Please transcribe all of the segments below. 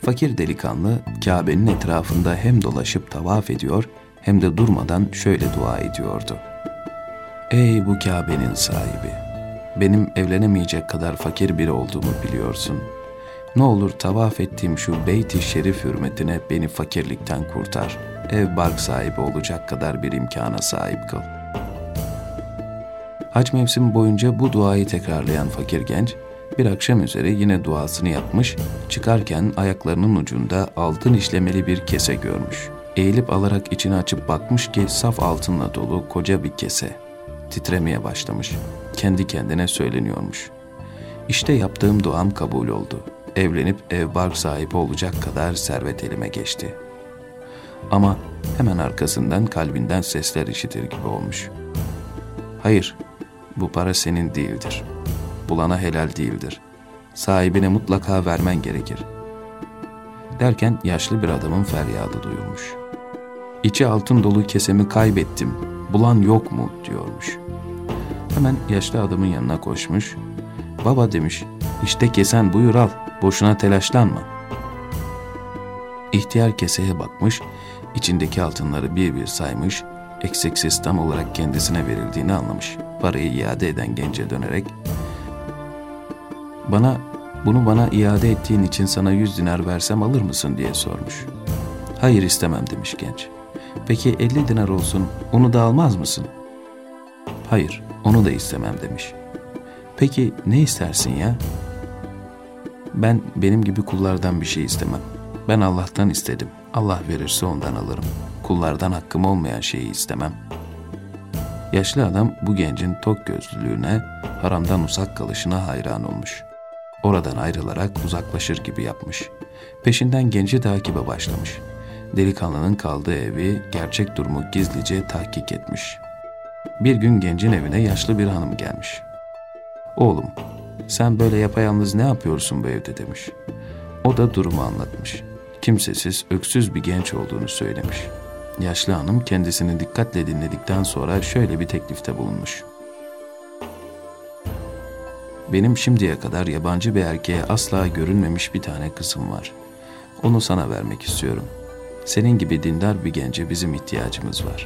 Fakir delikanlı Kabe'nin etrafında hem dolaşıp tavaf ediyor hem de durmadan şöyle dua ediyordu. Ey bu Kabe'nin sahibi! Benim evlenemeyecek kadar fakir biri olduğumu biliyorsun. Ne olur tavaf ettiğim şu Beyt-i Şerif hürmetine beni fakirlikten kurtar. Ev bark sahibi olacak kadar bir imkana sahip kıl. Hac mevsimi boyunca bu duayı tekrarlayan fakir genç, bir akşam üzeri yine duasını yapmış, çıkarken ayaklarının ucunda altın işlemeli bir kese görmüş. Eğilip alarak içini açıp bakmış ki saf altınla dolu koca bir kese. Titremeye başlamış, kendi kendine söyleniyormuş. İşte yaptığım duam kabul oldu. Evlenip ev bark sahibi olacak kadar servet elime geçti. Ama hemen arkasından kalbinden sesler işitir gibi olmuş. Hayır, bu para senin değildir. Bulana helal değildir. Sahibine mutlaka vermen gerekir. Derken yaşlı bir adamın feryadı duyulmuş. İçi altın dolu kesemi kaybettim, bulan yok mu diyormuş. Hemen yaşlı adamın yanına koşmuş. Baba demiş, işte kesen buyur al, boşuna telaşlanma. İhtiyar keseye bakmış, içindeki altınları bir bir saymış, eksiksiz tam olarak kendisine verildiğini anlamış. Parayı iade eden gence dönerek, bunu bana iade ettiğin için sana 100 dinar versem alır mısın diye sormuş. Hayır istemem demiş genç. Peki 50 dinar olsun, onu da almaz mısın? Hayır, onu da istemem demiş. Peki ne istersin ya? Benim gibi kullardan bir şey istemem. Ben Allah'tan istedim. Allah verirse ondan alırım. Kullardan hakkım olmayan şeyi istemem. Yaşlı adam bu gencin tok gözlülüğüne, haramdan uzak kalışına hayran olmuş. Oradan ayrılarak uzaklaşır gibi yapmış. Peşinden genci takibe başlamış. Delikanlının kaldığı evi, gerçek durumu gizlice tahkik etmiş. Bir gün gencin evine yaşlı bir hanım gelmiş. Oğlum, sen böyle yapayalnız ne yapıyorsun bu evde demiş. O da durumu anlatmış. Kimsesiz, öksüz bir genç olduğunu söylemiş. Yaşlı hanım kendisini dikkatle dinledikten sonra şöyle bir teklifte bulunmuş. Benim şimdiye kadar yabancı bir erkeğe asla görünmemiş bir tane kızım var. Onu sana vermek istiyorum. Senin gibi dindar bir gence bizim ihtiyacımız var.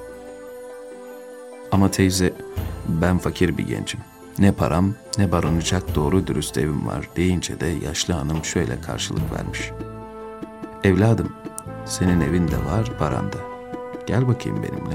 Ama teyze, ben fakir bir gencim. Ne param ne barınacak doğru dürüst evim var deyince de yaşlı hanım şöyle karşılık vermiş. Evladım, senin evin de var, paran da. Gel bakayım benimle.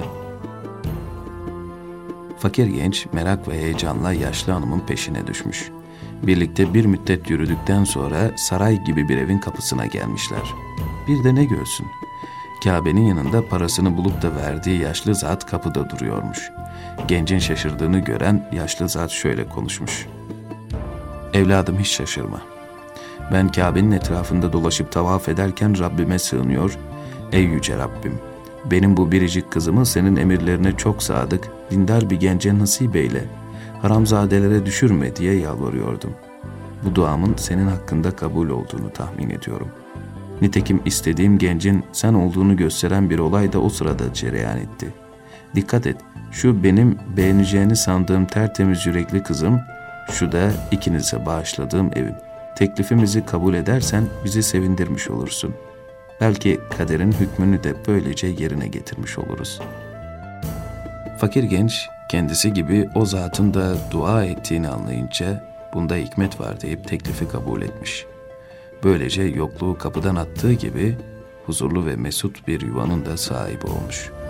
Fakir genç merak ve heyecanla yaşlı hanımın peşine düşmüş. Birlikte bir müddet yürüdükten sonra saray gibi bir evin kapısına gelmişler. Bir de ne görsün? Kabe'nin yanında parasını bulup da verdiği yaşlı zat kapıda duruyormuş. Gencin şaşırdığını gören yaşlı zat şöyle konuşmuş. Evladım hiç şaşırma. Ben Kabe'nin etrafında dolaşıp tavaf ederken Rabbime sığınıyor. Ey yüce Rabbim, benim bu biricik kızımı senin emirlerine çok sadık, dindar bir gence nasip eyle. Haramzadelere düşürme diye yalvarıyordum. Bu duamın senin hakkında kabul olduğunu tahmin ediyorum. Nitekim istediğim gencin sen olduğunu gösteren bir olay da o sırada cereyan etti. Dikkat et, şu benim beğeneceğini sandığım tertemiz yürekli kızım, şu da ikinize bağışladığım evim. Teklifimizi kabul edersen bizi sevindirmiş olursun. Belki kaderin hükmünü de böylece yerine getirmiş oluruz. Fakir genç kendisi gibi o zatın da dua ettiğini anlayınca bunda hikmet var deyip teklifi kabul etmiş. Böylece yokluğu kapıdan attığı gibi huzurlu ve mesut bir yuvanın da sahibi olmuş.